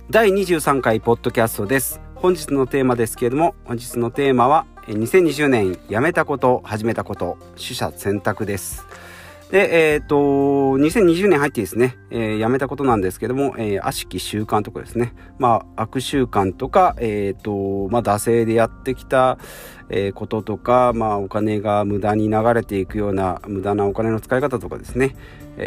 第23回ポッドキャストです。本日のテーマですけれども、本日のテーマは2020年やめたこと始めたこと取捨選択です。で、2020年入ってですね、やめたことなんですけども、悪しき習慣とかですね、悪習慣とか、惰性でやってきた、こととか、お金が無駄に流れていくような無駄なお金の使い方とかですね、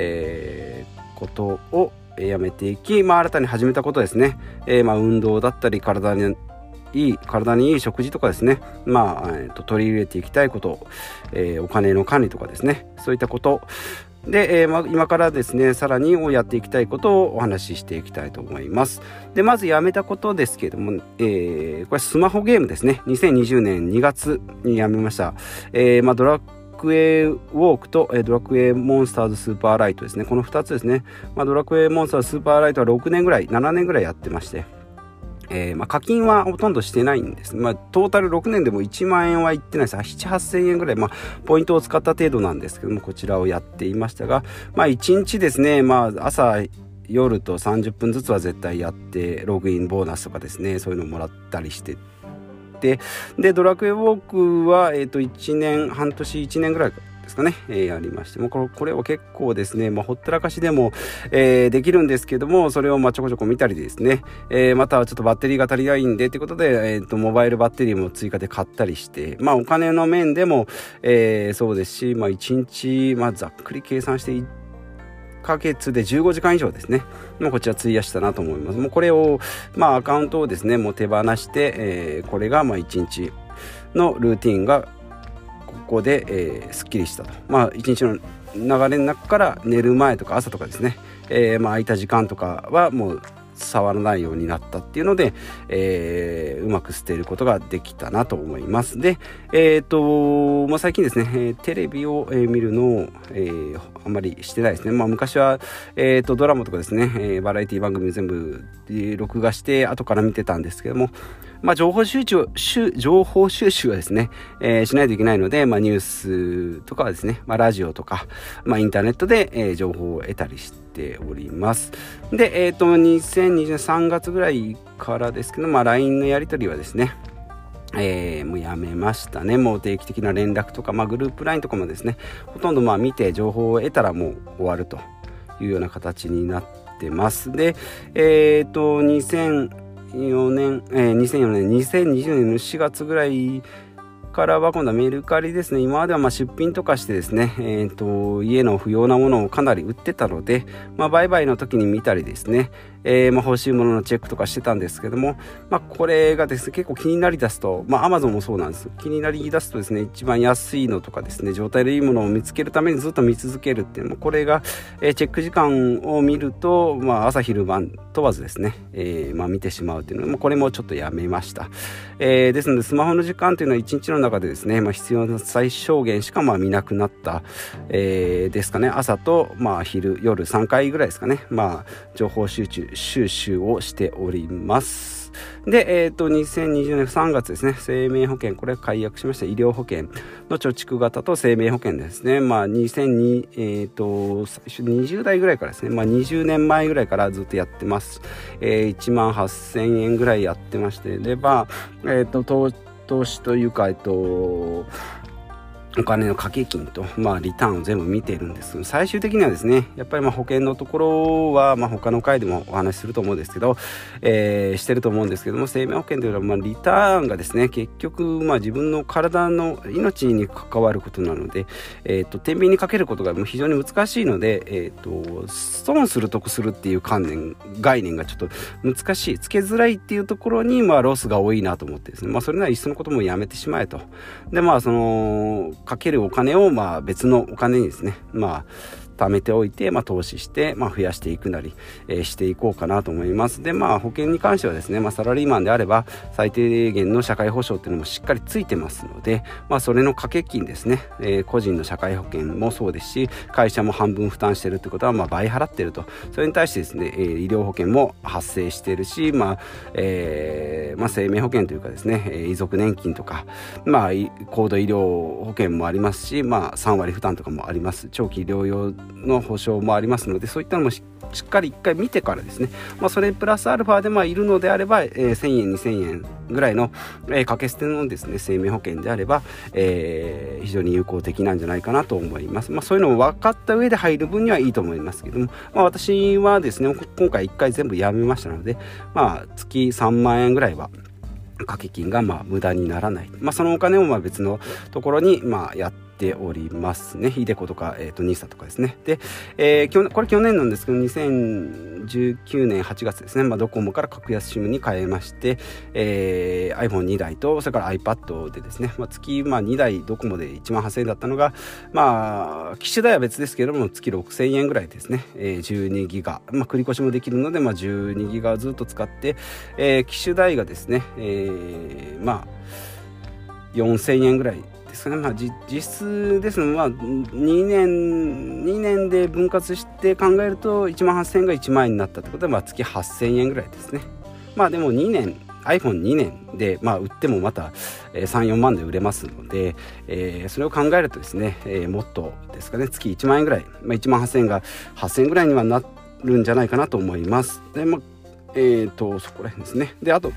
ことをやめていき、新たに始めたことですね、運動だったり体にいい食事とかですね、取り入れていきたいこと、お金の管理とかですね、そういったことで、今からですねさらにやっていきたいことをお話ししていきたいと思います。で、まずやめたことですけれども、これスマホゲームですね。2020年2月にやめました。ドラクエウォークとドラクエモンスターズスーパーライトですね。この2つですね。ドラクエモンスターズスーパーライトは7年ぐらいやってまして、課金はほとんどしてないんです。トータル6年でも1万円はいってないです。7、8000円ぐらい、ポイントを使った程度なんですけども、こちらをやっていましたが、1日ですね、朝夜と30分ずつは絶対やって、ログインボーナスとかですね、そういうのをもらったりしてで、ドラクエウォークは、半年1年ぐらいですかね、やりまして、もうこれを結構ですね、ほったらかしでも、できるんですけども、それをちょこちょこ見たりですね、またはちょっとバッテリーが足りないんでということで、モバイルバッテリーも追加で買ったりして、お金の面でも、そうですし、1日、ざっくり計算して1ヶ月で15時間以上ですね、こちら費やしたなと思います。もうこれを、アカウントをですねもう手放して、これが1日のルーティンがここで、すっきりしたと。1日の流れの中から寝る前とか朝とかですね、空いた時間とかはもう触らないようになったっていうので、うまく捨てることができたなと思います。で、最近ですね、テレビを、見るのを、あんまりしてないですね。昔は、ドラマとかですね、バラエティ番組全部録画して後から見てたんですけども、情報収集はですね、しないといけないので、ニュースとかはですね、ラジオとか、インターネットで、情報を得たりしております。で、2020年3月ぐらいからですけど、LINE のやり取りはですね、もうやめましたね。もう定期的な連絡とか、グループ LINE とかもですね、ほとんど見て情報を得たらもう終わるというような形になってます。で、2020年の4月ぐらいからは今度はメルカリですね。今までは出品とかしてですね、家の不要なものをかなり売ってたので、売買の時に見たりですね、欲しいもののチェックとかしてたんですけども、これがですね結構気になりだすと、Amazon もそうなんです。気になりだすとですね、一番安いのとかですね、状態のいいものを見つけるためにずっと見続けるっていうのも、これが、チェック時間を見ると、朝昼晩問わずですね、見てしまうっていうのも、これもちょっとやめました。ですのでスマホの時間というのは一日の中でですね、必要な最小限しか見なくなった、ですかね。朝と、昼夜3回ぐらいですかね、情報収集をしております。で、2020年3月ですね、生命保険、これ解約しました。医療保険の貯蓄型と生命保険ですね。2020代ぐらいからですね、20年前ぐらいからずっとやってます。1万8000円ぐらいやってまして、で、投資というか、お金の掛け金と、リターンを全部見ているんです。最終的にはですね、やっぱり保険のところは、他の回でもお話しすると思うんですけど、してると思うんですけども、生命保険というのは、リターンがですね、結局、自分の体の命に関わることなので、天秤にかけることが非常に難しいので、損する得するっていう概念がちょっと難しい、つけづらいっていうところに、ロスが多いなと思ってですね、それならいっそのこともやめてしまえと。で、かけるお金を別のお金にですね、貯めておいて、投資して、増やしていくなり、していこうかなと思います。で、保険に関してはですね、サラリーマンであれば最低限の社会保障っていうのもしっかりついてますので、それの掛け金ですね、個人の社会保険もそうですし、会社も半分負担してるってことは倍払ってると。それに対してですね、医療保険も発生しているし、生命保険というかですね、遺族年金とか、高度医療保険もありますし、3割負担とかもあります。長期療養の保証もありますので、そういったのもしっかり一回見てからですね、それプラスアルファでいるのであれば、1000円2000円ぐらいの、掛け捨てのですね生命保険であれば、非常に有効的なんじゃないかなと思います。そういうのを分かった上で入る分にはいいと思いますけども、私はですね今回1回全部やめましたので、月3万円ぐらいは掛け金が無駄にならない、そのお金を別のところにやっておりますね。イデコとか、NISA とかですね。で、これ去年なんですけど、2019年8月ですね、ドコモから格安 SIM に変えまして、iPhone2 台とそれから iPad でですね、月2台ドコモで1万8000円だったのが、機種代は別ですけれども月6000円ぐらいですね、12ギガ、繰り越しもできるので、12ギガをずっと使って、機種代がですね、4000円ぐらいですかね。実質ですので、2年で分割して考えると1万8000円が1万円になったってことで、月8000円ぐらいですね。でもiPhone2 年で、売ってもまた 3,4 万で売れますので、それを考えるとですね、もっとですかね、月1万円ぐらい、1万8000円が8000円ぐらいにはなるんじゃないかなと思います。で、そこら辺ですね。で、あと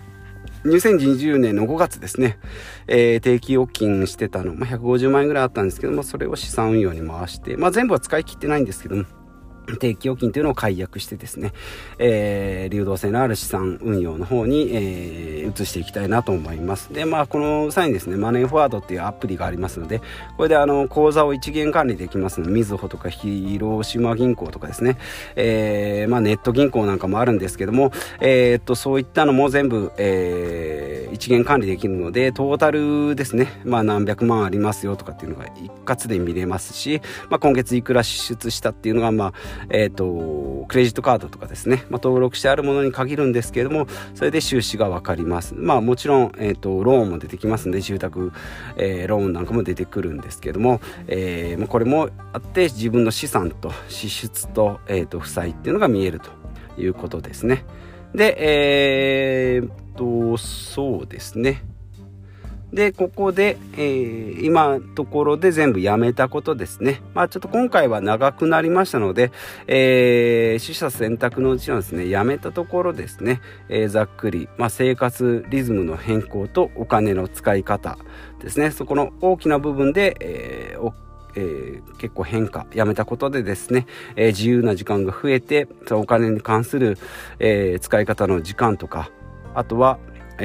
2020年の5月ですね、定期預金してたの、150万円ぐらいあったんですけども、それを資産運用に回して、全部は使い切ってないんですけども、定期預金というのを解約してですね、流動性のある資産運用の方に、移していきたいなと思います。で、この際にですね、マネーフォワードっていうアプリがありますので、これで口座を一元管理できますので、みずほとか広島銀行とかですね、ネット銀行なんかもあるんですけども、そういったのも全部、一元管理できるので、トータルですね、何百万ありますよとかっていうのが一括で見れますし、今月いくら支出したっていうのがクレジットカードとかですね、登録してあるものに限るんですけれども、それで収支が分かります。もちろん、ローンも出てきますので、住宅、ローンなんかも出てくるんですけれども、これもあって自分の資産と支出と、負債っていうのが見えるということですね。で、そうですね。で、ここで、今のところで全部やめたことですね。ちょっと今回は長くなりましたので、取捨選択のうちのですね、やめたところですね、ざっくり、生活リズムの変更とお金の使い方ですね。そこの大きな部分で、結構やめたことでですね、自由な時間が増えて、お金に関する、使い方の時間とか、あとは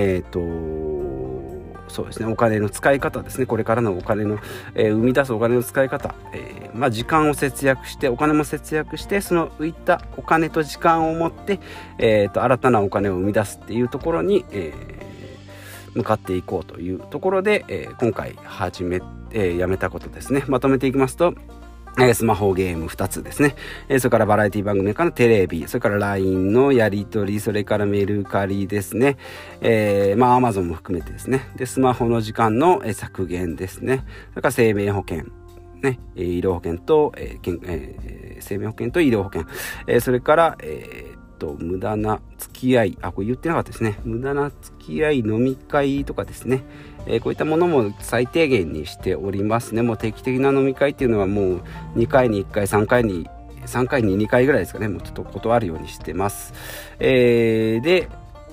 そうですね、お金の使い方ですね。これからのお金の、生み出すお金の使い方、時間を節約して、お金も節約して、その浮いたお金と時間を持って、新たなお金を生み出すっていうところに、向かっていこうというところで、今回やめたことですね。まとめていきますと、スマホゲーム2つですね。それからバラエティ番組からテレビ、それから LINE のやり取り、それからメルカリですね。Amazon も含めてですね。で、スマホの時間の削減ですね。それから生命保険、ね、医療保険と、生命保険と医療保険、それから、無駄な付き合い、これ言ってなかったですね。無駄な付き合い、飲み会とかですね。こういったものも最低限にしておりますね。もう定期的な飲み会っていうのはもう2回に1回、3回に2回ぐらいですかね。もうちょっと断るようにしてます。で、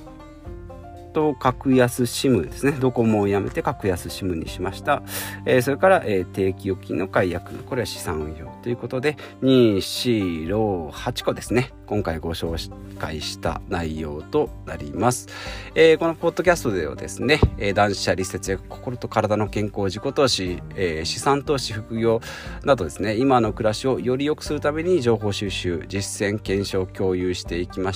格安 SIM ですね。ドコモをやめて格安 SIM にしました。それから、定期預金の解約、これは資産運用ということで2、4、6、8個ですね。今回ご紹介した内容となります。このポッドキャストではですね、断捨離、節約、心と体の健康、自己投資、資産投資、副業などですね、今の暮らしをより良くするために情報収集、実践、検証、共有していきまして、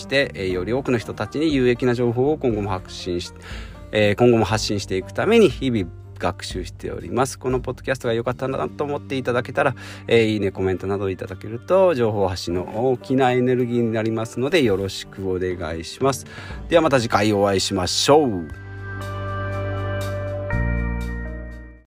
より多くの人たちに有益な情報を今後も発信していくために日々学習しております。このポッドキャストが良かったなと思っていただけたら、いいね、コメントなどいただけると情報発信の大きなエネルギーになりますので、よろしくお願いします。ではまた次回お会いしましょう。